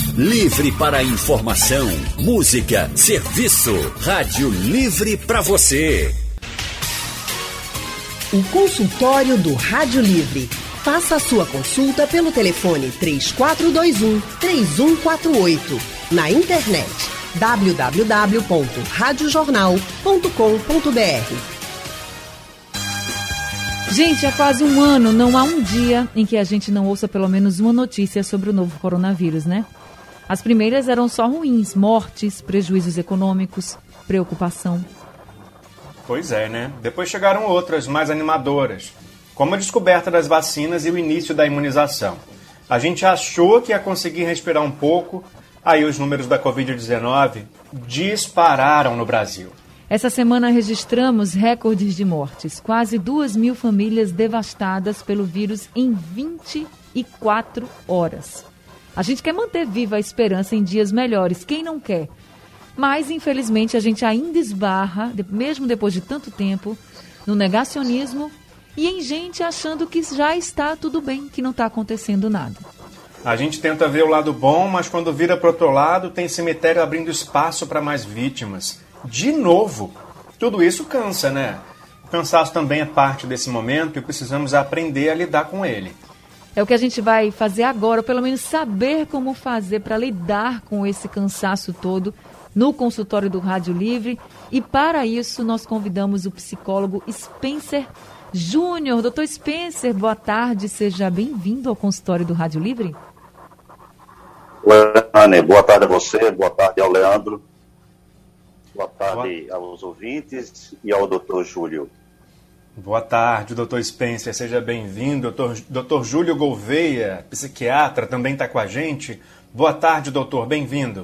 Livre para informação, música, serviço. Rádio Livre para você. O consultório do Rádio Livre. Faça a sua consulta pelo telefone 3421-3148. Na internet www.radiojornal.com.br. Gente, há quase um ano, não há um dia em que a gente não ouça pelo menos uma notícia sobre o novo coronavírus, né? As primeiras eram só ruins, mortes, prejuízos econômicos, preocupação. Pois é, né? Depois chegaram outras, mais animadoras, como a descoberta das vacinas e o início da imunização. A gente achou que ia conseguir respirar um pouco, aí os números da Covid-19 dispararam no Brasil. Essa semana registramos recordes de mortes. Quase 2.000 famílias devastadas pelo vírus em 24 horas. A gente quer manter viva a esperança em dias melhores. Quem não quer? Mas, infelizmente, a gente ainda esbarra, mesmo depois de tanto tempo, no negacionismo e em gente achando que já está tudo bem, que não está acontecendo nada. A gente tenta ver o lado bom, mas quando vira para o outro lado, tem cemitério abrindo espaço para mais vítimas. De novo, tudo isso cansa, né? O cansaço também é parte desse momento e precisamos aprender a lidar com ele. É o que a gente vai fazer agora, ou pelo menos saber como fazer para lidar com esse cansaço todo no consultório do Rádio Livre. E para isso nós convidamos o psicólogo Spencer Júnior. Doutor Spencer, boa tarde, seja bem-vindo ao consultório do Rádio Livre. Oi, Anne, boa tarde a você, boa tarde ao Leandro, boa tarde aos ouvintes e ao doutor Júlio. Boa tarde, doutor Spencer, seja bem-vindo. Doutor Júlio Gouveia, psiquiatra, também está com a gente. Boa tarde, doutor, bem-vindo.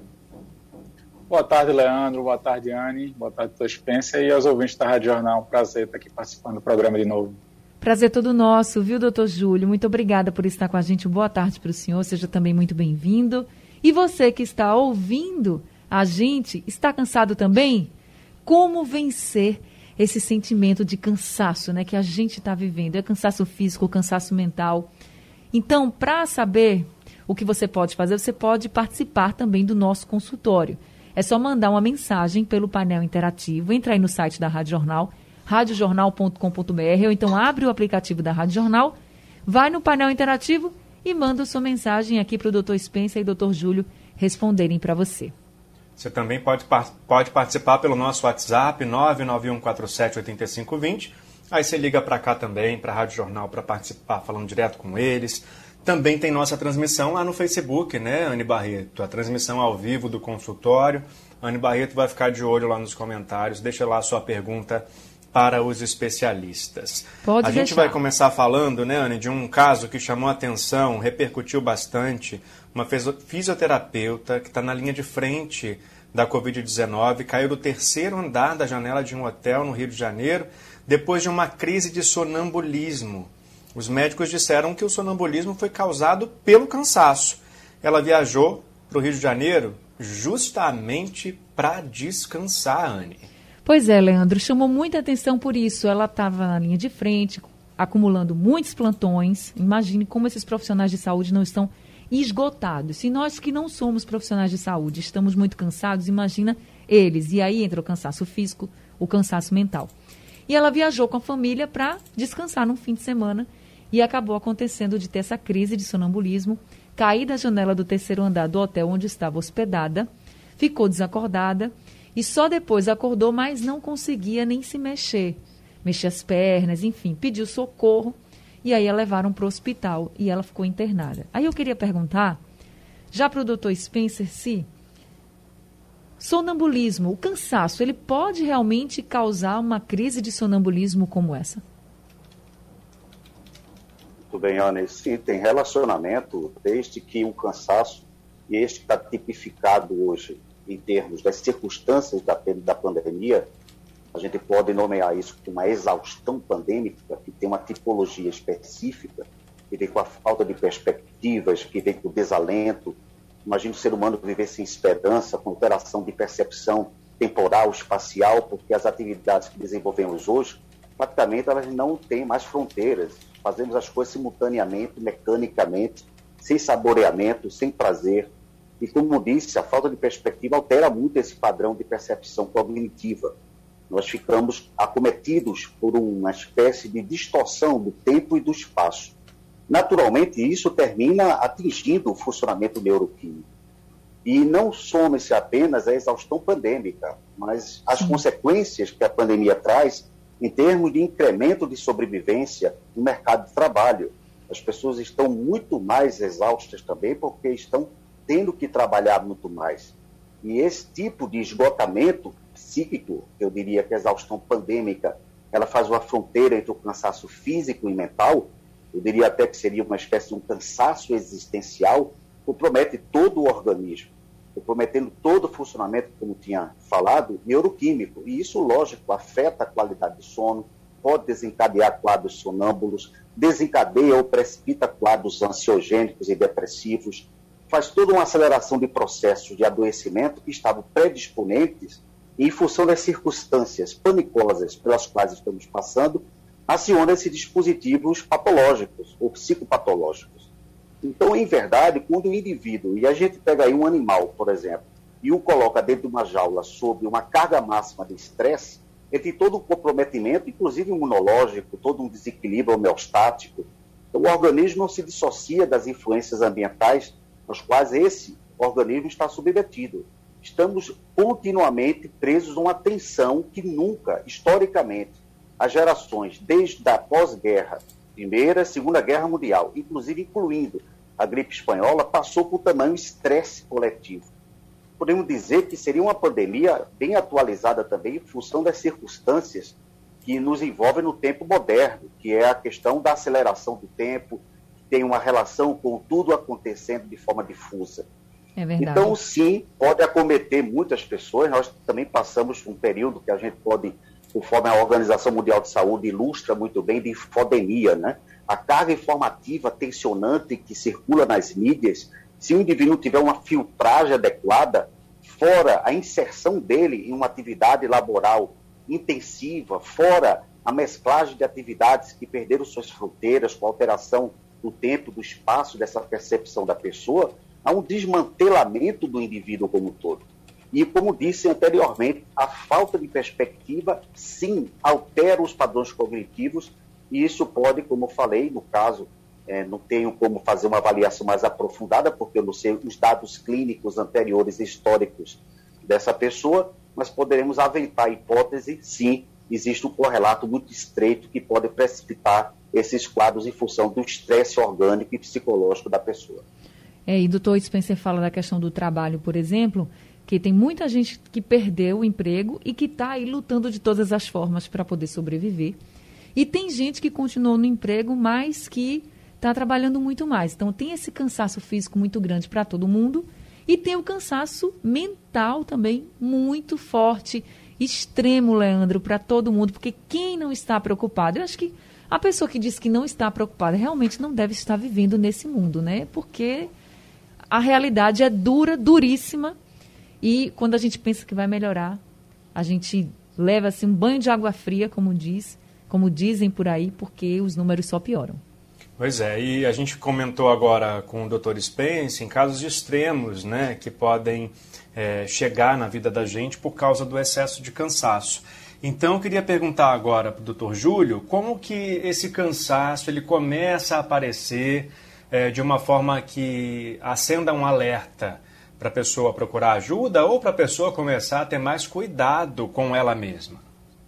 Boa tarde, Leandro, boa tarde, Anne, boa tarde, doutor Spencer e aos ouvintes da Rádio Jornal. Um prazer estar aqui participando do programa de novo. Prazer todo nosso, viu, doutor Júlio? Muito obrigada por estar com a gente. Boa tarde para o senhor, seja também muito bem-vindo. E você que está ouvindo a gente, está cansado também? Como vencer esse sentimento de cansaço, né, que a gente está vivendo? É cansaço físico, cansaço mental. Então, para saber o que você pode fazer, você pode participar também do nosso consultório. É só mandar uma mensagem pelo painel interativo, entra aí no site da Rádio Jornal, radiojornal.com.br, ou então abre o aplicativo da Rádio Jornal, vai no painel interativo e manda a sua mensagem aqui para o doutor Spencer e doutor Júlio responderem para você. Você também pode participar pelo nosso WhatsApp, 991478520. Aí você liga para cá também, para a Rádio Jornal, para participar, falando direto com eles. Também tem nossa transmissão lá no Facebook, né, Anne Barreto? A transmissão ao vivo do consultório. Anne Barreto vai ficar de olho lá nos comentários. Deixa lá a sua pergunta para os especialistas. Pode a gente vai começar falando, né, Anne, de um caso que chamou a atenção, repercutiu bastante. Uma fisioterapeuta que está na linha de frente da Covid-19 caiu do 3º andar da janela de um hotel no Rio de Janeiro depois de uma crise de sonambulismo. Os médicos disseram que o sonambulismo foi causado pelo cansaço. Ela viajou para o Rio de Janeiro justamente para descansar, Anne. Pois é, Leandro, chamou muita atenção por isso. Ela estava na linha de frente, acumulando muitos plantões. Imagine como esses profissionais de saúde não estão esgotados. Se nós que não somos profissionais de saúde estamos muito cansados, imagina eles. E aí entra o cansaço físico, o cansaço mental. E ela viajou com a família para descansar num fim de semana e acabou acontecendo de ter essa crise de sonambulismo, cair da janela do 3º andar do hotel onde estava hospedada, ficou desacordada e só depois acordou, mas não conseguia nem se mexer. Mexer as pernas, enfim, pediu socorro. E aí a levaram para o hospital e ela ficou internada. Aí eu queria perguntar, já para o doutor Spencer, se sonambulismo, o cansaço, ele pode realmente causar uma crise de sonambulismo como essa? Muito bem, Ana. Sim, tem relacionamento desde que o cansaço, e este está tipificado hoje em termos das circunstâncias da pandemia, a gente pode nomear isso como uma exaustão pandêmica, que tem uma tipologia específica, que vem com a falta de perspectivas, que vem com o desalento. Imagina o ser humano viver sem esperança, com alteração de percepção temporal, espacial, porque as atividades que desenvolvemos hoje, praticamente elas não têm mais fronteiras. Fazemos as coisas simultaneamente, mecanicamente, sem saboreamento, sem prazer. E, como disse, a falta de perspectiva altera muito esse padrão de percepção cognitiva. Nós ficamos acometidos por uma espécie de distorção do tempo e do espaço. Naturalmente, isso termina atingindo o funcionamento neuroquímico. E não soma-se apenas a exaustão pandêmica, mas as consequências que a pandemia traz em termos de incremento de sobrevivência no mercado de trabalho. As pessoas estão muito mais exaustas também porque estão tendo que trabalhar muito mais. E esse tipo de esgotamento psíquico, eu diria que a exaustão pandêmica, ela faz uma fronteira entre o cansaço físico e mental, eu diria até que seria uma espécie de um cansaço existencial, compromete todo o organismo, comprometendo todo o funcionamento, como tinha falado, neuroquímico. E isso, lógico, afeta a qualidade do sono, pode desencadear quadros sonâmbulos, desencadeia ou precipita quadros ansiogênicos e depressivos, faz toda uma aceleração de processos de adoecimento que estavam predisponentes e, em função das circunstâncias panicosas pelas quais estamos passando, aciona esses dispositivos patológicos ou psicopatológicos. Então, em verdade, quando o indivíduo, e a gente pega aí um animal, por exemplo, e o coloca dentro de uma jaula sob uma carga máxima de estresse, ele tem todo um comprometimento, inclusive imunológico, todo um desequilíbrio homeostático. Então, o organismo não se dissocia das influências ambientais aos quais esse organismo está submetido. Estamos continuamente presos a uma tensão que nunca, historicamente, as gerações, desde a pós-guerra, Primeira e Segunda Guerra Mundial, incluindo a gripe espanhola, passou por tamanho estresse coletivo. Podemos dizer que seria uma pandemia bem atualizada também em função das circunstâncias que nos envolvem no tempo moderno, que é a questão da aceleração do tempo, que tem uma relação com tudo acontecendo de forma difusa. É verdade. Então, sim, pode acometer muitas pessoas. Nós também passamos um período que a gente pode, conforme a Organização Mundial de Saúde ilustra muito bem, de infodemia, né? A carga informativa tensionante que circula nas mídias, se o indivíduo não tiver uma filtragem adequada, fora a inserção dele em uma atividade laboral intensiva, fora a mesclagem de atividades que perderam suas fronteiras com a alteração do tempo, do espaço, dessa percepção da pessoa, há um desmantelamento do indivíduo como um todo. E, como disse anteriormente, a falta de perspectiva, sim, altera os padrões cognitivos, e isso pode, como eu falei, no caso, não tenho como fazer uma avaliação mais aprofundada, porque eu não sei os dados clínicos anteriores e históricos dessa pessoa, mas poderemos aventar a hipótese, sim, existe um correlato muito estreito que pode precipitar esses quadros em função do estresse orgânico e psicológico da pessoa. E o doutor Spencer fala da questão do trabalho, por exemplo, que tem muita gente que perdeu o emprego e que está aí lutando de todas as formas para poder sobreviver. E tem gente que continuou no emprego, mas que está trabalhando muito mais. Então, tem esse cansaço físico muito grande para todo mundo e tem o cansaço mental também muito forte, extremo, Leandro, para todo mundo, porque quem não está preocupado, eu acho que a pessoa que diz que não está preocupada realmente não deve estar vivendo nesse mundo, né? Porque a realidade é dura, duríssima, e quando a gente pensa que vai melhorar, a gente leva assim, um banho de água fria, como dizem por aí, porque os números só pioram. Pois é, e a gente comentou agora com o Dr. Spencer em casos extremos, né, que podem chegar na vida da gente por causa do excesso de cansaço. Então, eu queria perguntar agora para o Dr. Júlio como que esse cansaço ele começa a aparecer de uma forma que acenda um alerta para a pessoa procurar ajuda ou para a pessoa começar a ter mais cuidado com ela mesma.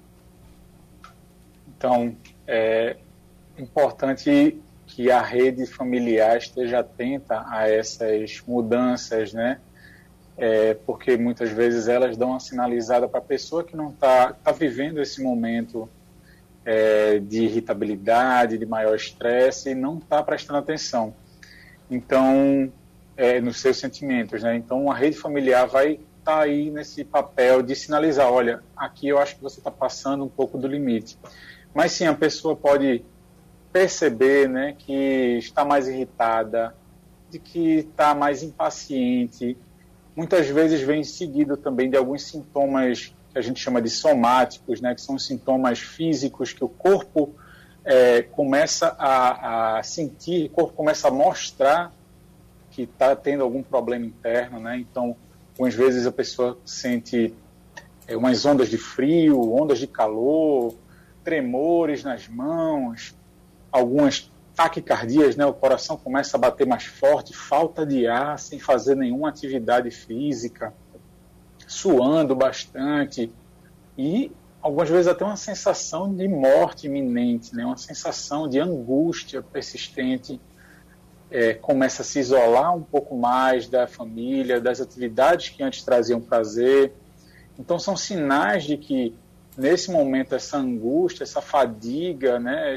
Então, é importante que a rede familiar esteja atenta a essas mudanças, né? Porque muitas vezes elas dão uma sinalizada para a pessoa que não está vivendo esse momento de irritabilidade, de maior estresse e não está prestando atenção. Então, nos seus sentimentos, né? Então, a rede familiar vai estar aí nesse papel de sinalizar, olha, aqui eu acho que você está passando um pouco do limite. Mas sim, a pessoa pode perceber, né, que está mais irritada, de que está mais impaciente. Muitas vezes vem seguido também de alguns sintomas que a gente chama de somáticos, né, que são sintomas físicos que o corpo começa a sentir, o corpo começa a mostrar que está tendo algum problema interno, né? Então, algumas vezes a pessoa sente umas ondas de frio, ondas de calor, tremores nas mãos, algumas taquicardias, né? O coração começa a bater mais forte, falta de ar, sem fazer nenhuma atividade física, suando bastante e algumas vezes até uma sensação de morte iminente, né? Uma sensação de angústia persistente, começa a se isolar um pouco mais da família, das atividades que antes traziam prazer. Então são sinais de que nesse momento essa angústia, essa fadiga, né?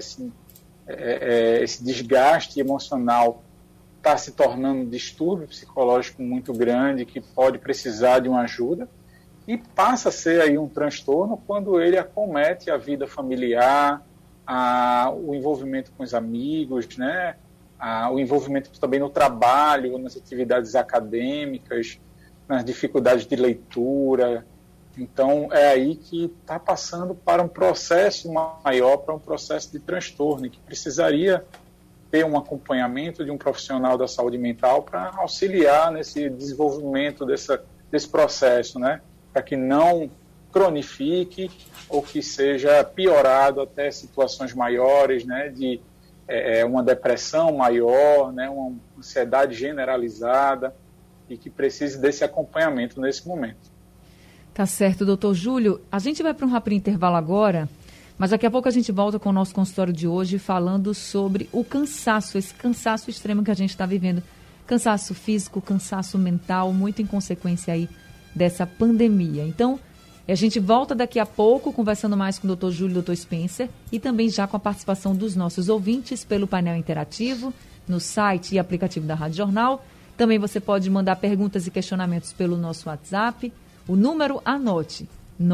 Esse desgaste emocional está se tornando um distúrbio psicológico muito grande que pode precisar de uma ajuda e passa a ser aí um transtorno quando ele acomete a vida familiar, o envolvimento com os amigos, né? O envolvimento também no trabalho, nas atividades acadêmicas, nas dificuldades de leitura. Então, é aí que está passando para um processo maior, para um processo de transtorno, que precisaria ter um acompanhamento de um profissional da saúde mental para auxiliar nesse desenvolvimento desse processo, né? Para que não cronifique ou que seja piorado até situações maiores, né? De uma depressão maior, né? Uma ansiedade generalizada e que precise desse acompanhamento nesse momento. Tá certo, doutor Júlio. A gente vai para um rápido intervalo agora, mas daqui a pouco a gente volta com o nosso consultório de hoje falando sobre o cansaço, esse cansaço extremo que a gente está vivendo. Cansaço físico, cansaço mental, muito em consequência aí dessa pandemia. Então, a gente volta daqui a pouco conversando mais com o doutor Júlio e o doutor Spencer e também já com a participação dos nossos ouvintes pelo painel interativo, no site e aplicativo da Rádio Jornal. Também você pode mandar perguntas e questionamentos pelo nosso WhatsApp. O número, anote,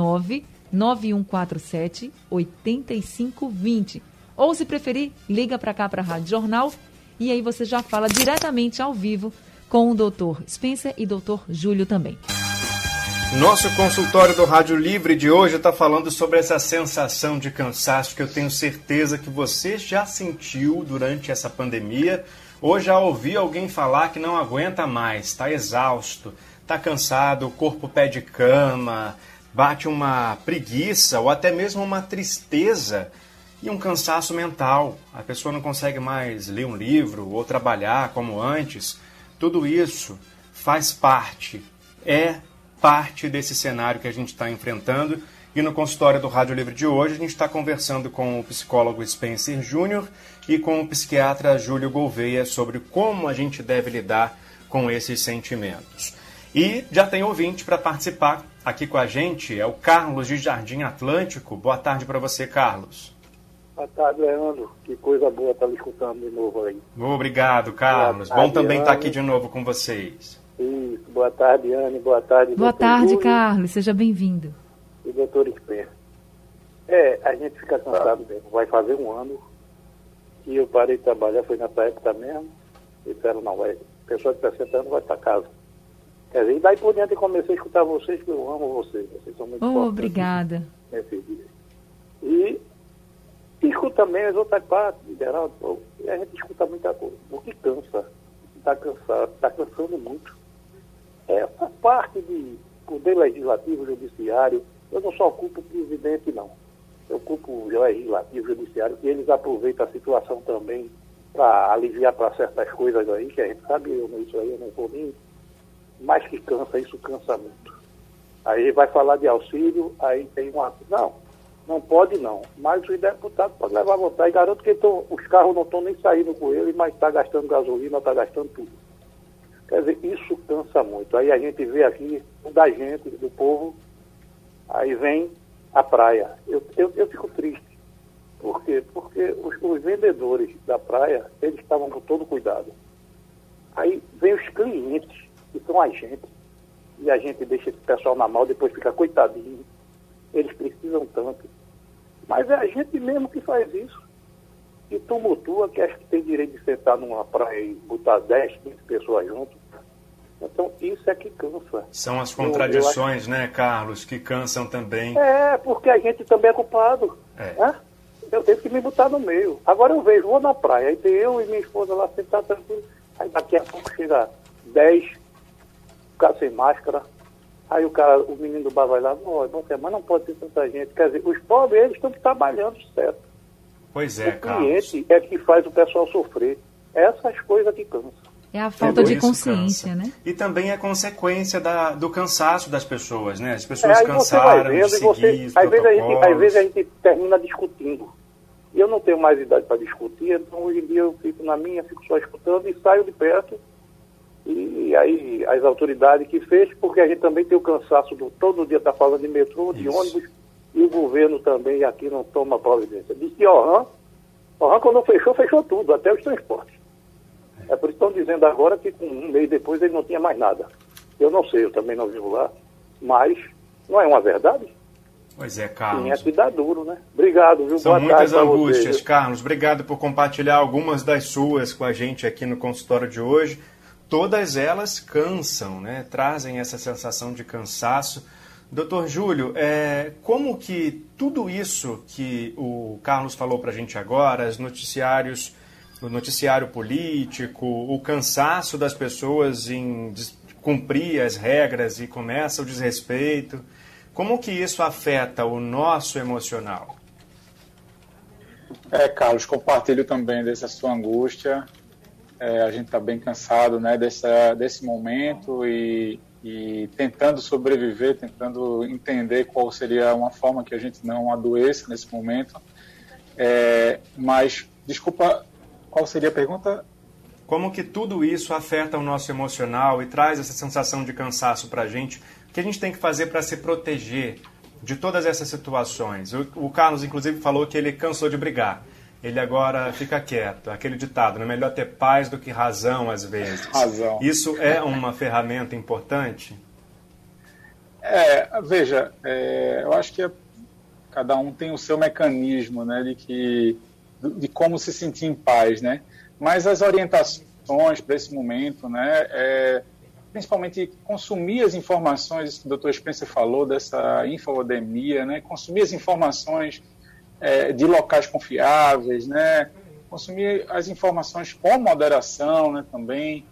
99147-8520. Ou, se preferir, liga para cá para a Rádio Jornal e aí você já fala diretamente ao vivo com o doutor Spencer e doutor Júlio também. Nosso consultório do Rádio Livre de hoje está falando sobre essa sensação de cansaço que eu tenho certeza que você já sentiu durante essa pandemia ou já ouviu alguém falar que não aguenta mais, está exausto. Está cansado, o corpo pede cama, bate uma preguiça ou até mesmo uma tristeza e um cansaço mental. A pessoa não consegue mais ler um livro ou trabalhar como antes. Tudo isso faz parte, é parte desse cenário que a gente está enfrentando. E no consultório do Rádio Livre de hoje a gente está conversando com o psicólogo Spencer Júnior e com o psiquiatra Júlio Gouveia sobre como a gente deve lidar com esses sentimentos. E já tem ouvinte para participar aqui com a gente, é o Carlos de Jardim Atlântico. Boa tarde para você, Carlos. Boa tarde, Leandro. Que coisa boa estar me escutando de novo aí. Obrigado, Carlos. Bom também estar aqui de novo com vocês. Isso. Boa tarde, Anne. Boa tarde, Boa tarde, Júlio. Carlos. Seja bem-vindo. E doutor Spencer. A gente fica cansado mesmo. Vai fazer um ano que eu parei de trabalhar, foi nessa época mesmo. Disseram, não, pessoa de 60 anos vai para casa. Quer dizer, e daí por diante eu comecei a escutar vocês, que eu amo vocês. Vocês são muito fortes. Obrigada. Nesse dia. E escuta também as outras partes, em geral, e a gente escuta muita coisa. O que cansa, está cansado, está cansando muito. Essa parte de poder legislativo, judiciário, eu não só culpo o presidente, não. Eu culpo o legislativo, judiciário, que eles aproveitam a situação também para aliviar para certas coisas aí, que a gente sabe, isso aí eu não vou nem... Mas que cansa, isso cansa muito. Aí vai falar de auxílio, aí tem uma... Não pode não. Mas os deputados podem levar vantagem. Garanto que os carros não estão nem saindo com ele, mas está gastando gasolina, está gastando tudo. Quer dizer, isso cansa muito. Aí a gente vê aqui, da gente, do povo, aí vem a praia. Eu fico triste. Por quê? Porque os vendedores da praia, eles estavam com todo cuidado. Aí vem os clientes, que são a gente, e a gente deixa esse pessoal na mão, depois fica coitadinho. Eles precisam tanto. Mas é a gente mesmo que faz isso. E tumultua, que acha que tem direito de sentar numa praia e botar 10, 15 pessoas junto. Então, isso é que cansa. São as contradições, né, Carlos, que cansam também. Porque a gente também é culpado. Né? Eu tenho que me botar no meio. Agora eu vejo, vou na praia, aí tem eu e minha esposa lá sentados tranquilos. Aí daqui a pouco chega 10, o cara sem máscara. Aí o menino do bar vai lá, mas não pode ter tanta gente. Quer dizer, os pobres, eles estão trabalhando, certo? Pois é, o cliente é que faz o pessoal sofrer. Essas coisas que cansam. É a falta de consciência, né? E também é consequência do cansaço das pessoas, né? As pessoas cansaram de seguir os protocolos. Às vezes a gente termina discutindo. E eu não tenho mais idade para discutir, então hoje em dia eu fico na minha, fico só escutando e saio de perto. E aí as autoridades que fez, porque a gente também tem o cansaço do todo dia estar falando de metrô, de ônibus, e o governo também aqui não toma providência. Diz que Oran quando fechou tudo, até os transportes. É por isso que estão dizendo agora que com um mês depois ele não tinha mais nada. Eu não sei, eu também não vivo lá, mas não é uma verdade? Pois é, Carlos. Sim, é que dá duro, né? Obrigado, viu? São muitas angústias, Carlos. Obrigado por compartilhar algumas das suas com a gente aqui no consultório de hoje. Todas elas cansam, né? Trazem essa sensação de cansaço. Doutor Júlio, como que tudo isso que o Carlos falou para a gente agora, o noticiário político, o cansaço das pessoas em cumprir as regras e começa o desrespeito, como que isso afeta o nosso emocional? Carlos, compartilho também dessa sua angústia. A gente está bem cansado, né, desse momento e tentando sobreviver, tentando entender qual seria uma forma que a gente não adoeça nesse momento. Mas, desculpa, qual seria a pergunta? Como que tudo isso afeta o nosso emocional e traz essa sensação de cansaço para a gente? O que a gente tem que fazer para se proteger de todas essas situações? O Carlos, inclusive, falou que ele cansou de brigar. Ele agora fica quieto. Aquele ditado, é melhor ter paz do que razão, às vezes. Razão. Isso é uma ferramenta importante? Veja, eu acho que cada um tem o seu mecanismo, né, de como se sentir em paz, né? Mas as orientações para esse momento, né, principalmente consumir as informações, isso que o Dr. Spencer falou, dessa infodemia, né, consumir as informações de locais confiáveis, né? Consumir as informações com moderação, né, também.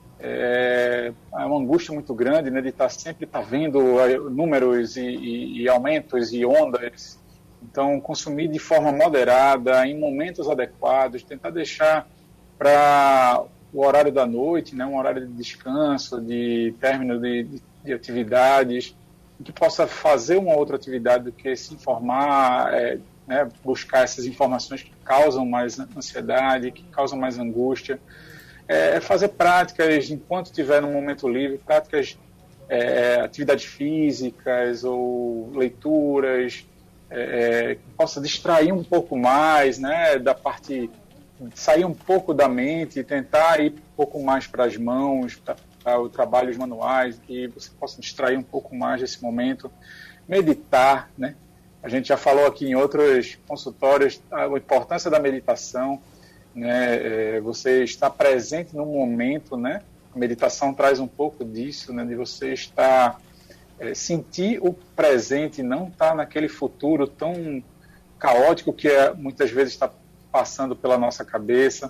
É uma angústia muito grande, né, de sempre estar vendo números e aumentos e ondas. Então, consumir de forma moderada, em momentos adequados, tentar deixar para o horário da noite, né, um horário de descanso, de término de atividades, que possa fazer uma outra atividade do que se informar, né, buscar essas informações que causam mais ansiedade, que causam mais angústia, fazer práticas enquanto estiver num momento livre, práticas, atividades físicas ou leituras, que possa distrair um pouco mais, né, sair um pouco da mente e tentar ir um pouco mais para as mãos, para os trabalhos manuais, que você possa distrair um pouco mais desse momento, meditar, né? A gente já falou aqui em outros consultórios a importância da meditação, né? Você estar presente no momento, né? A meditação traz um pouco disso, né? De você estar, sentir o presente, não estar naquele futuro tão caótico que muitas vezes está passando pela nossa cabeça,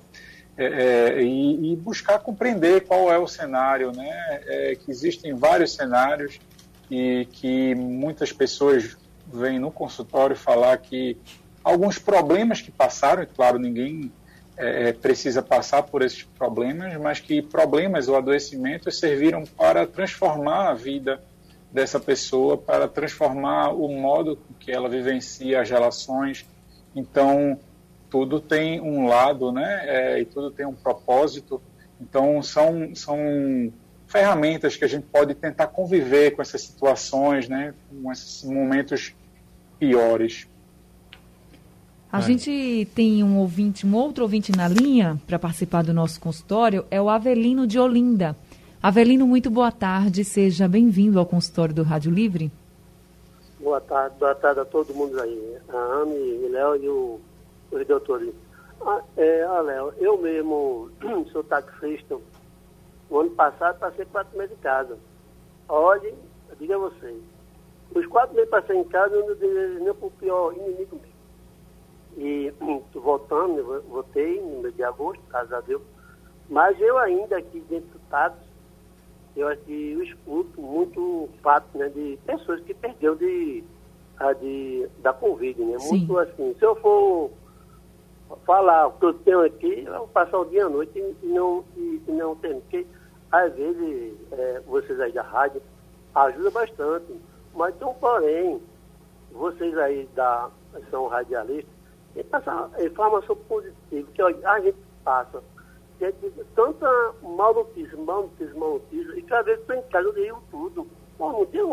e buscar compreender qual é o cenário, né? Que existem vários cenários e que muitas pessoas vem no consultório falar que alguns problemas que passaram, e claro, ninguém precisa passar por esses problemas, mas que problemas ou adoecimentos serviram para transformar a vida dessa pessoa, para transformar o modo que ela vivencia as relações. Então, tudo tem um lado, né? E tudo tem um propósito. Então, são ferramentas que a gente pode tentar conviver com essas situações, né, com esses momentos piores. A gente tem um outro ouvinte na linha para participar do nosso consultório, é o Avelino de Olinda. Avelino, muito boa tarde, seja bem-vindo ao consultório do Rádio Livre. Boa tarde a todo mundo aí, a Ami, o Léo e os doutores. Léo, eu mesmo sou taxista. O ano passado passei 4 meses em casa. Olha, eu digo a vocês, os 4 meses passei em casa, eu não desejo nem para o pior inimigo mesmo. E voltando, eu voltei no mês de agosto, graças a Deus. Mas eu ainda aqui dentro do TADS, eu escuto muito fato, né, de pessoas que perderam da Covid, né? Sim. Muito assim, se eu for falar o que eu tenho aqui, eu vou passar o dia e a noite e não tenho, porque às vezes vocês aí da rádio ajudam bastante, mas então, porém, vocês aí são radialistas, tem que passar informação positiva, que a gente passa tanta mal notícia, e cada vez que estou em casa eu leio tudo. Bom, não tem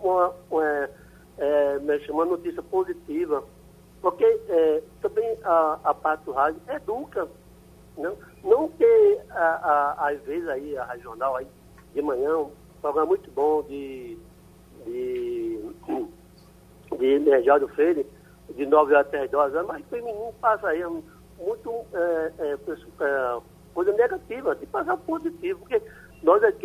uma notícia positiva, porque também a parte do rádio educa, não ter às vezes aí a regional aí de manhã, um programa muito bom de Região Freire, de 9 até 12 horas, mas o menino passa aí muito coisa negativa, de passar positivo, porque nós aqui,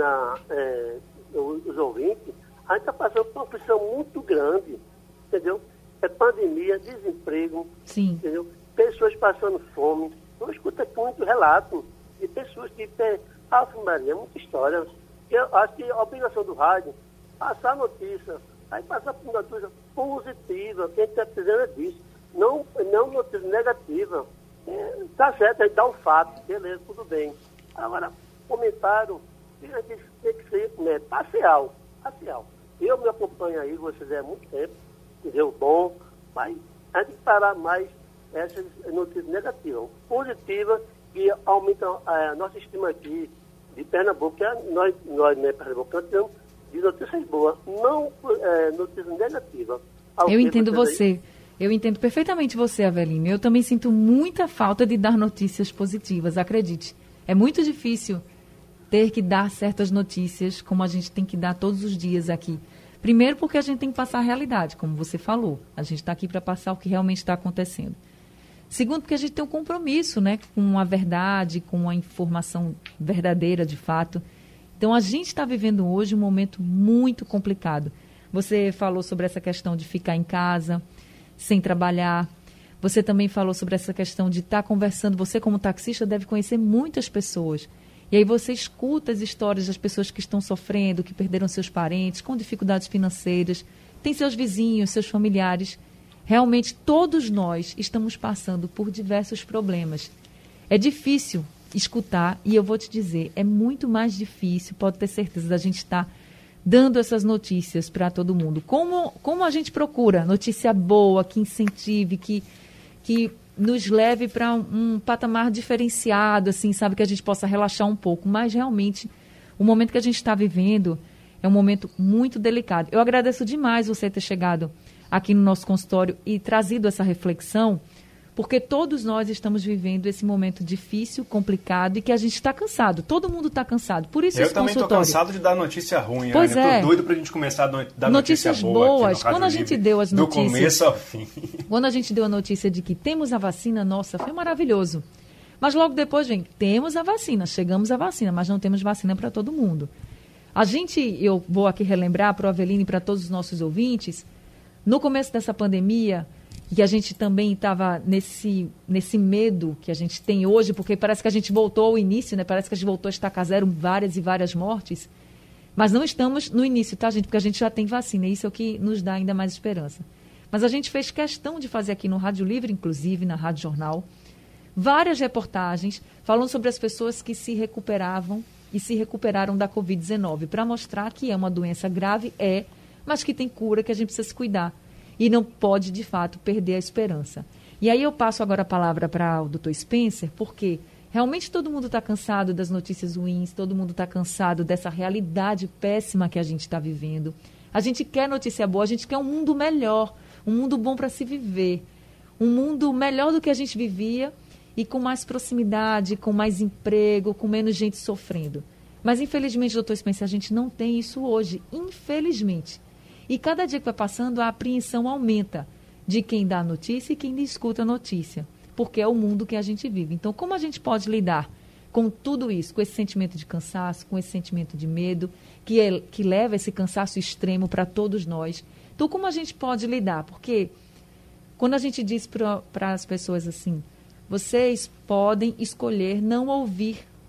os ouvintes, a gente está passando por uma pressão muito grande, entendeu? Pandemia, desemprego, Sim. Entendeu? Pessoas passando fome. Eu escuto aqui muito relato de pessoas que Maria, muita história. Eu acho que a obrigação do rádio passar notícia, aí passar por notícia positiva, quem está precisando é disso, não notícia negativa. Tá certo, aí dá um fato, beleza, tudo bem. Agora, comentário tem que ser parcial. Eu me acompanho aí, vocês há muito tempo, entendeu? Bom, mas a gente tem que parar mais essas notícias negativas. Positivas, que aumentam a nossa estima aqui de Pernambuco, que nós pernambucanos, temos de notícias boas, não notícias negativas. Eu entendo você. Eu entendo perfeitamente você, Avelino. Eu também sinto muita falta de dar notícias positivas, acredite. É muito difícil ter que dar certas notícias como a gente tem que dar todos os dias aqui. Primeiro porque a gente tem que passar a realidade, como você falou. A gente está aqui para passar o que realmente está acontecendo. Segundo, porque a gente tem um compromisso, né, com a verdade, com a informação verdadeira, de fato. Então, a gente está vivendo hoje um momento muito complicado. Você falou sobre essa questão de ficar em casa, sem trabalhar. Você também falou sobre essa questão de estar conversando. Você, como taxista, deve conhecer muitas pessoas. E aí você escuta as histórias das pessoas que estão sofrendo, que perderam seus parentes, com dificuldades financeiras, tem seus vizinhos, seus familiares. Realmente, todos nós estamos passando por diversos problemas. É difícil escutar, e eu vou te dizer, é muito mais difícil, pode ter certeza, da gente estar dando essas notícias para todo mundo. Como a gente procura notícia boa, que incentive, que nos leve para um patamar diferenciado, assim, sabe, que a gente possa relaxar um pouco. Mas, realmente, o momento que a gente está vivendo é um momento muito delicado. Eu agradeço demais você ter chegado aqui no nosso consultório e trazido essa reflexão, porque todos nós estamos vivendo esse momento difícil, complicado e que a gente está cansado. Todo mundo está cansado. Por isso esse consultório. Eu também estou cansado de dar notícia ruim. Pois é. Estou doido para a gente começar a dar notícias boas. Quando a gente deu as notícias, do começo ao fim. Quando a gente deu a notícia de que temos a vacina, nossa, foi maravilhoso. Mas logo depois vem, temos a vacina, chegamos à vacina, mas não temos vacina para todo mundo. Eu vou aqui relembrar para o Avelino e para todos os nossos ouvintes, no começo dessa pandemia, e a gente também estava nesse medo que a gente tem hoje, porque parece que a gente voltou ao início, né? Parece que a gente voltou a estacar zero, várias e várias mortes. Mas não estamos no início, tá, gente? Porque a gente já tem vacina, e isso é o que nos dá ainda mais esperança. Mas a gente fez questão de fazer aqui no Rádio Livre, inclusive, na Rádio Jornal, várias reportagens falando sobre as pessoas que se recuperavam e se recuperaram da Covid-19, para mostrar que é uma doença grave, mas que tem cura, que a gente precisa se cuidar. E não pode, de fato, perder a esperança. E aí eu passo agora a palavra para o Dr. Spencer, porque realmente todo mundo está cansado das notícias ruins, todo mundo está cansado dessa realidade péssima que a gente está vivendo. A gente quer notícia boa, a gente quer um mundo melhor, um mundo bom para se viver, um mundo melhor do que a gente vivia e com mais proximidade, com mais emprego, com menos gente sofrendo. Mas, infelizmente, Dr. Spencer, a gente não tem isso hoje, infelizmente. E cada dia que vai passando, a apreensão aumenta de quem dá a notícia e quem escuta a notícia, porque é o mundo que a gente vive. Então, como a gente pode lidar com tudo isso, com esse sentimento de cansaço, com esse sentimento de medo, que leva esse cansaço extremo para todos nós? Então, como a gente pode lidar? Porque quando a gente diz para as pessoas assim, vocês podem escolher não ouvir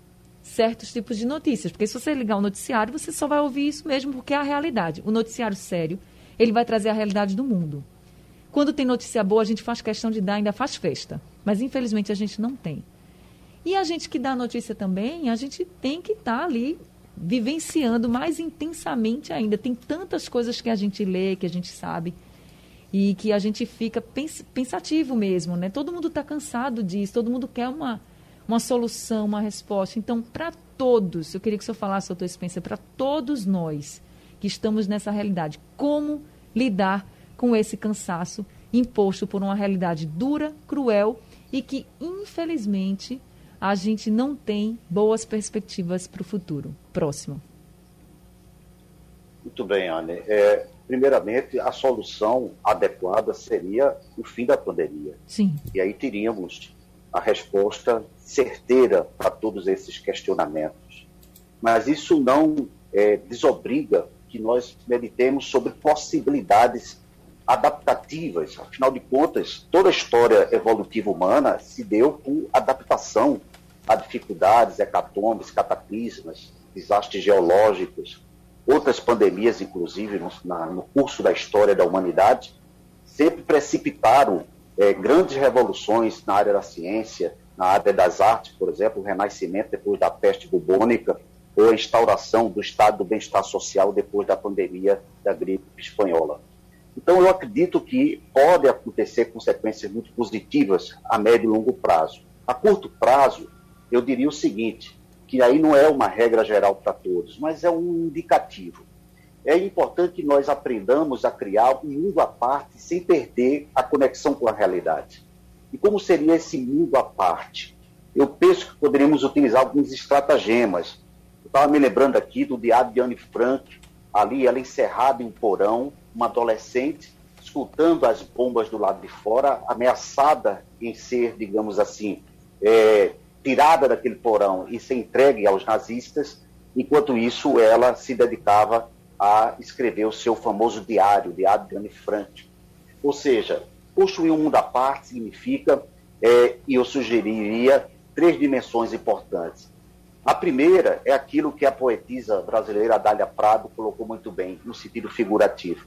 certos tipos de notícias. Porque se você ligar o noticiário, você só vai ouvir isso mesmo, porque é a realidade. O noticiário sério, ele vai trazer a realidade do mundo. Quando tem notícia boa, a gente faz questão de dar, ainda faz festa. Mas, infelizmente, a gente não tem. E a gente que dá a notícia também, a gente tem que estar ali vivenciando mais intensamente ainda. Tem tantas coisas que a gente lê, que a gente sabe, e que a gente fica pensativo mesmo, né? Todo mundo está cansado disso, todo mundo quer uma solução, uma resposta. Então, para todos, eu queria que o senhor falasse, doutor Spencer, para todos nós que estamos nessa realidade, como lidar com esse cansaço imposto por uma realidade dura, cruel e que, infelizmente, a gente não tem boas perspectivas para o futuro próximo. Muito bem, Anne. Primeiramente, a solução adequada seria o fim da pandemia. Sim. E aí teríamos a resposta certeira para todos esses questionamentos. Mas isso não desobriga que nós meditemos sobre possibilidades adaptativas. Afinal de contas, toda a história evolutiva humana se deu por adaptação a dificuldades, hecatombes, cataclismas, desastres geológicos, outras pandemias, inclusive, no curso da história da humanidade, sempre precipitaram grandes revoluções na área da ciência, na área das artes, por exemplo, o renascimento depois da peste bubônica, ou a instauração do estado do bem-estar social depois da pandemia da gripe espanhola. Então, eu acredito que pode acontecer consequências muito positivas a médio e longo prazo. A curto prazo, eu diria o seguinte, que aí não é uma regra geral para todos, mas é um indicativo. É importante que nós aprendamos a criar um mundo à parte sem perder a conexão com a realidade. E como seria esse mundo à parte? Eu penso que poderíamos utilizar alguns estratagemas. Eu estava me lembrando aqui do diário de Anne Frank, ali ela encerrada em um porão, uma adolescente, escutando as bombas do lado de fora, ameaçada em ser, digamos assim, tirada daquele porão e ser entregue aos nazistas. Enquanto isso, ela se dedicava a escrever o seu famoso diário de Anne Frank. Ou seja, construir um mundo à parte significa, e eu sugeriria, 3 dimensões importantes. A primeira é aquilo que a poetisa brasileira Adália Prado colocou muito bem, no sentido figurativo.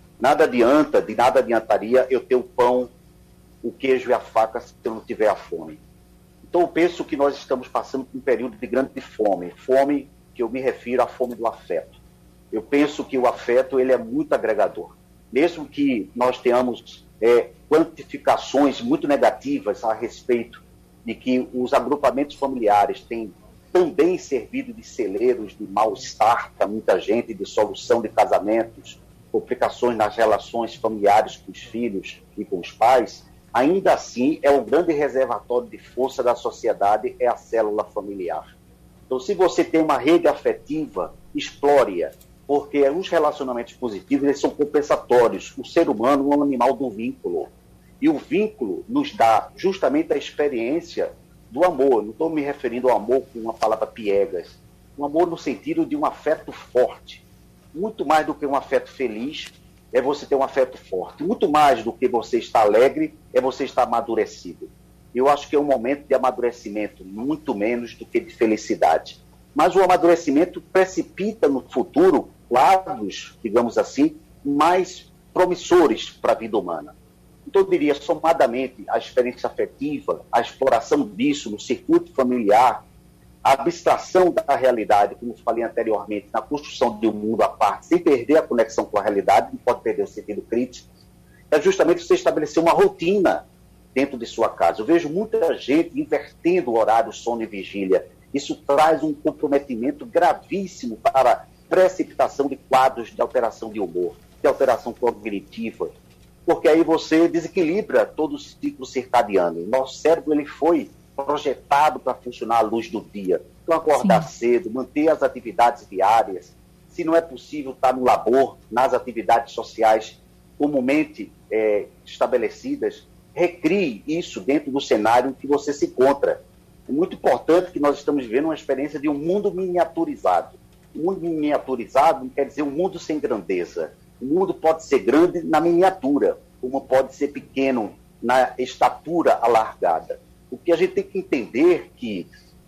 De nada adiantaria eu ter o pão, o queijo e a faca se eu não tiver a fome. Então eu penso que nós estamos passando por um período de grande fome que eu me refiro à fome do afeto. Eu penso que o afeto ele é muito agregador. Mesmo que nós tenhamos quantificações muito negativas a respeito de que os agrupamentos familiares têm também servido de celeiros de mal-estar para muita gente, de solução de casamentos, complicações nas relações familiares com os filhos e com os pais, ainda assim é um grande reservatório de força da sociedade, é a célula familiar. Então, se você tem uma rede afetiva, explore-a, porque os relacionamentos positivos eles são compensatórios. O ser humano é um animal do vínculo, e o vínculo nos dá justamente a experiência do amor. Não estou me referindo ao amor com uma palavra piegas, um amor no sentido de um afeto forte. Muito mais do que um afeto feliz, é você ter um afeto forte. Muito mais do que você estar alegre, é você estar amadurecido. Eu acho que é um momento de amadurecimento, muito menos do que de felicidade. Mas o amadurecimento precipita no futuro lados, digamos assim, mais promissores para a vida humana. Então, eu diria, somadamente, a experiência afetiva, a exploração disso no circuito familiar, a abstração da realidade, como falei anteriormente, na construção de um mundo à parte, sem perder a conexão com a realidade, não pode perder o sentido crítico, é justamente você estabelecer uma rotina dentro de sua casa. Eu vejo muita gente invertendo o horário sono e vigília. Isso traz um comprometimento gravíssimo para a precipitação de quadros de alteração de humor, de alteração cognitiva, porque aí você desequilibra todo o ciclo circadiano. Nosso cérebro ele foi projetado para funcionar à luz do dia. Então, acordar cedo, manter as atividades diárias, se não é possível estar no labor, nas atividades sociais comumente estabelecidas, recrie isso dentro do cenário em que você se encontra. É muito importante que nós estamos vivendo uma experiência de um mundo miniaturizado. Um mundo miniaturizado não quer dizer um mundo sem grandeza. O mundo pode ser grande na miniatura, como pode ser pequeno na estatura alargada. O que a gente tem que entender que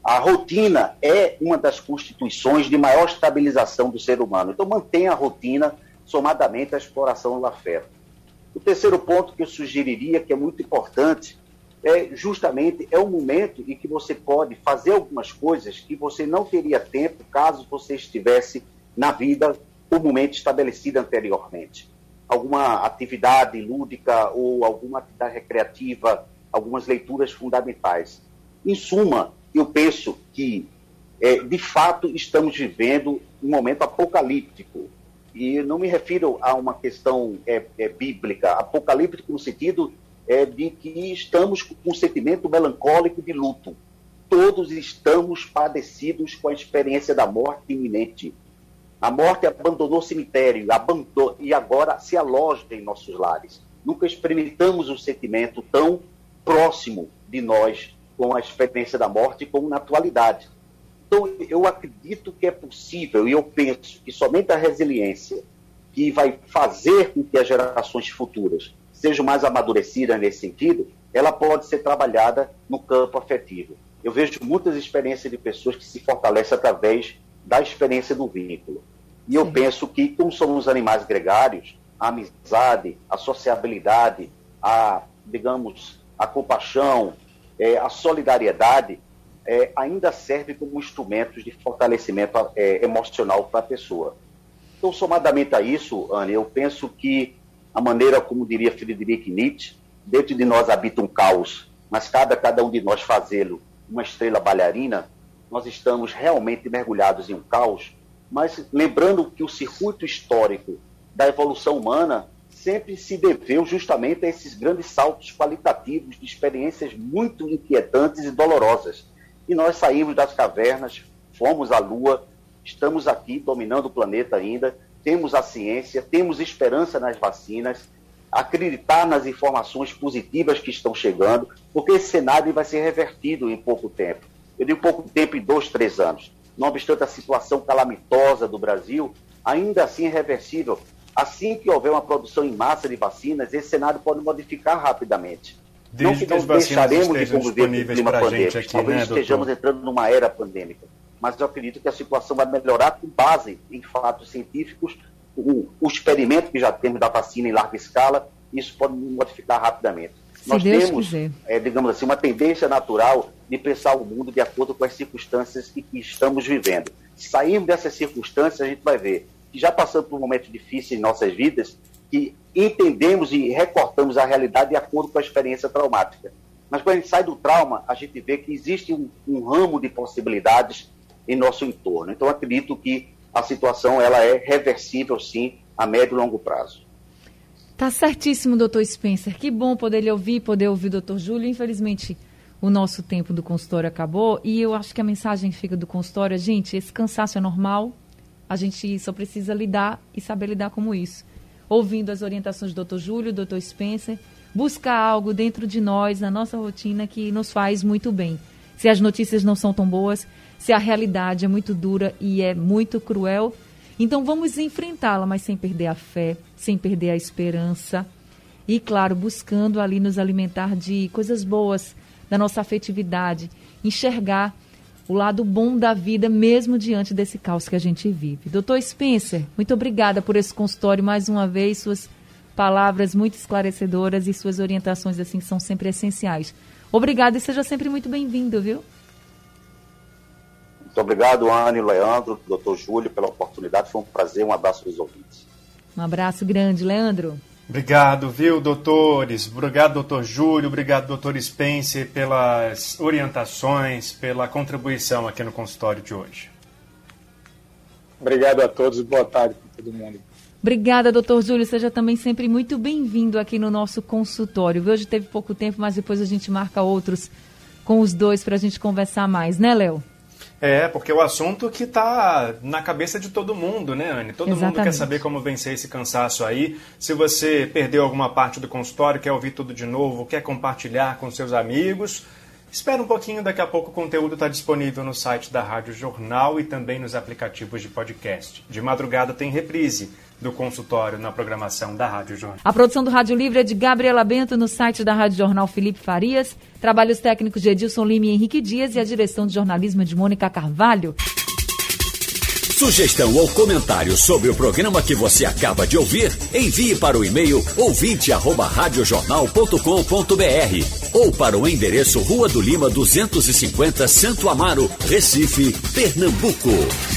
A rotina é uma das constituições de maior estabilização do ser humano. Então, mantenha a rotina somadamente à exploração do afeto. O terceiro ponto que eu sugeriria, que é muito importante, justamente o momento em que você pode fazer algumas coisas que você não teria tempo caso você estivesse na vida comumente estabelecida anteriormente. Alguma atividade lúdica ou alguma atividade recreativa, algumas leituras fundamentais. Em suma, eu penso que, de fato, estamos vivendo um momento apocalíptico. E não me refiro a uma questão bíblica, apocalíptico no sentido de que estamos com um sentimento melancólico de luto. Todos estamos padecidos com a experiência da morte iminente. A morte abandonou o cemitério e agora se aloja em nossos lares. Nunca experimentamos um sentimento tão próximo de nós com a experiência da morte como na atualidade. Então, eu acredito que é possível, e eu penso que somente a resiliência que vai fazer com que as gerações futuras sejam mais amadurecidas nesse sentido, ela pode ser trabalhada no campo afetivo. Eu vejo muitas experiências de pessoas que se fortalecem através da experiência do vínculo. E eu penso que, como somos animais gregários, a amizade, a sociabilidade, a compaixão, a solidariedade, ainda serve como instrumentos de fortalecimento emocional para a pessoa. Então, somadamente a isso, Anne, eu penso que a maneira, como diria Friedrich Nietzsche, dentro de nós habita um caos, mas cada um de nós fazê-lo uma estrela bailarina, nós estamos realmente mergulhados em um caos, mas lembrando que o circuito histórico da evolução humana sempre se deveu justamente a esses grandes saltos qualitativos de experiências muito inquietantes e dolorosas. E nós saímos das cavernas, fomos à Lua, estamos aqui dominando o planeta ainda, temos a ciência, temos esperança nas vacinas, acreditar nas informações positivas que estão chegando, porque esse cenário vai ser revertido em pouco tempo. Eu digo pouco tempo, em 2, 3 anos. Não obstante a situação calamitosa do Brasil, ainda assim é reversível. Assim que houver uma produção em massa de vacinas, esse cenário pode modificar rapidamente. Desde não deixaremos de conviver com o clima pandêmico. Aqui, talvez estejamos entrando numa era pandêmica. Mas eu acredito que a situação vai melhorar com base em fatos científicos, o experimento que já temos da vacina em larga escala, isso pode modificar rapidamente. Nós temos, digamos assim, uma tendência natural de pensar o mundo de acordo com as circunstâncias que estamos vivendo. Se sairmos dessas circunstâncias, a gente vai ver que já passamos por momentos difíceis em nossas vidas, que entendemos e recortamos a realidade de acordo com a experiência traumática. Mas quando a gente sai do trauma, a gente vê que existe um ramo de possibilidades em nosso entorno. Então, acredito que a situação ela é reversível, sim, a médio e longo prazo. Tá certíssimo, doutor Spencer. Que bom poder lhe ouvir, poder ouvir o doutor Júlio. Infelizmente, o nosso tempo do consultório acabou e eu acho que a mensagem que fica do consultório é, gente, esse cansaço é normal, a gente só precisa lidar e saber lidar com isso. Ouvindo as orientações do doutor Júlio, do doutor Spencer, buscar algo dentro de nós, na nossa rotina, que nos faz muito bem. Se as notícias não são tão boas, se a realidade é muito dura e é muito cruel, então vamos enfrentá-la, mas sem perder a fé, sem perder a esperança e, claro, buscando ali nos alimentar de coisas boas, da nossa afetividade, enxergar o lado bom da vida mesmo diante desse caos que a gente vive. Doutor Spencer, muito obrigada por esse consultório mais uma vez, suas palavras muito esclarecedoras e suas orientações assim são sempre essenciais. Obrigada e seja sempre muito bem-vindo, viu? Muito obrigado, Anne, Leandro, doutor Júlio, pela oportunidade. Foi um prazer, um abraço aos ouvintes. Um abraço grande, Leandro. Obrigado, viu, doutores? Obrigado, doutor Júlio, obrigado, doutor Spencer, pelas orientações, pela contribuição aqui no consultório de hoje. Obrigado a todos e boa tarde para todo mundo. Obrigada, doutor Júlio. Seja também sempre muito bem-vindo aqui no nosso consultório. Hoje teve pouco tempo, mas depois a gente marca outros com os dois para a gente conversar mais, né, Léo? Porque o assunto que está na cabeça de todo mundo, né, Anne? Todo mundo quer saber como vencer esse cansaço aí. Se você perdeu alguma parte do consultório, quer ouvir tudo de novo, quer compartilhar com seus amigos, Espera um pouquinho, daqui a pouco o conteúdo está disponível no site da Rádio Jornal e também nos aplicativos de podcast. De madrugada tem reprise do consultório na programação da Rádio Jornal. A produção do Rádio Livre é de Gabriela Bento, no site da Rádio Jornal Felipe Farias. Trabalhos técnicos de Edilson Lima e Henrique Dias e a direção de jornalismo é de Mônica Carvalho. Sugestão ou comentário sobre o programa que você acaba de ouvir, envie para o e-mail ouvinte@radiojornal.com.br ou para o endereço Rua do Lima 250, Santo Amaro, Recife, Pernambuco.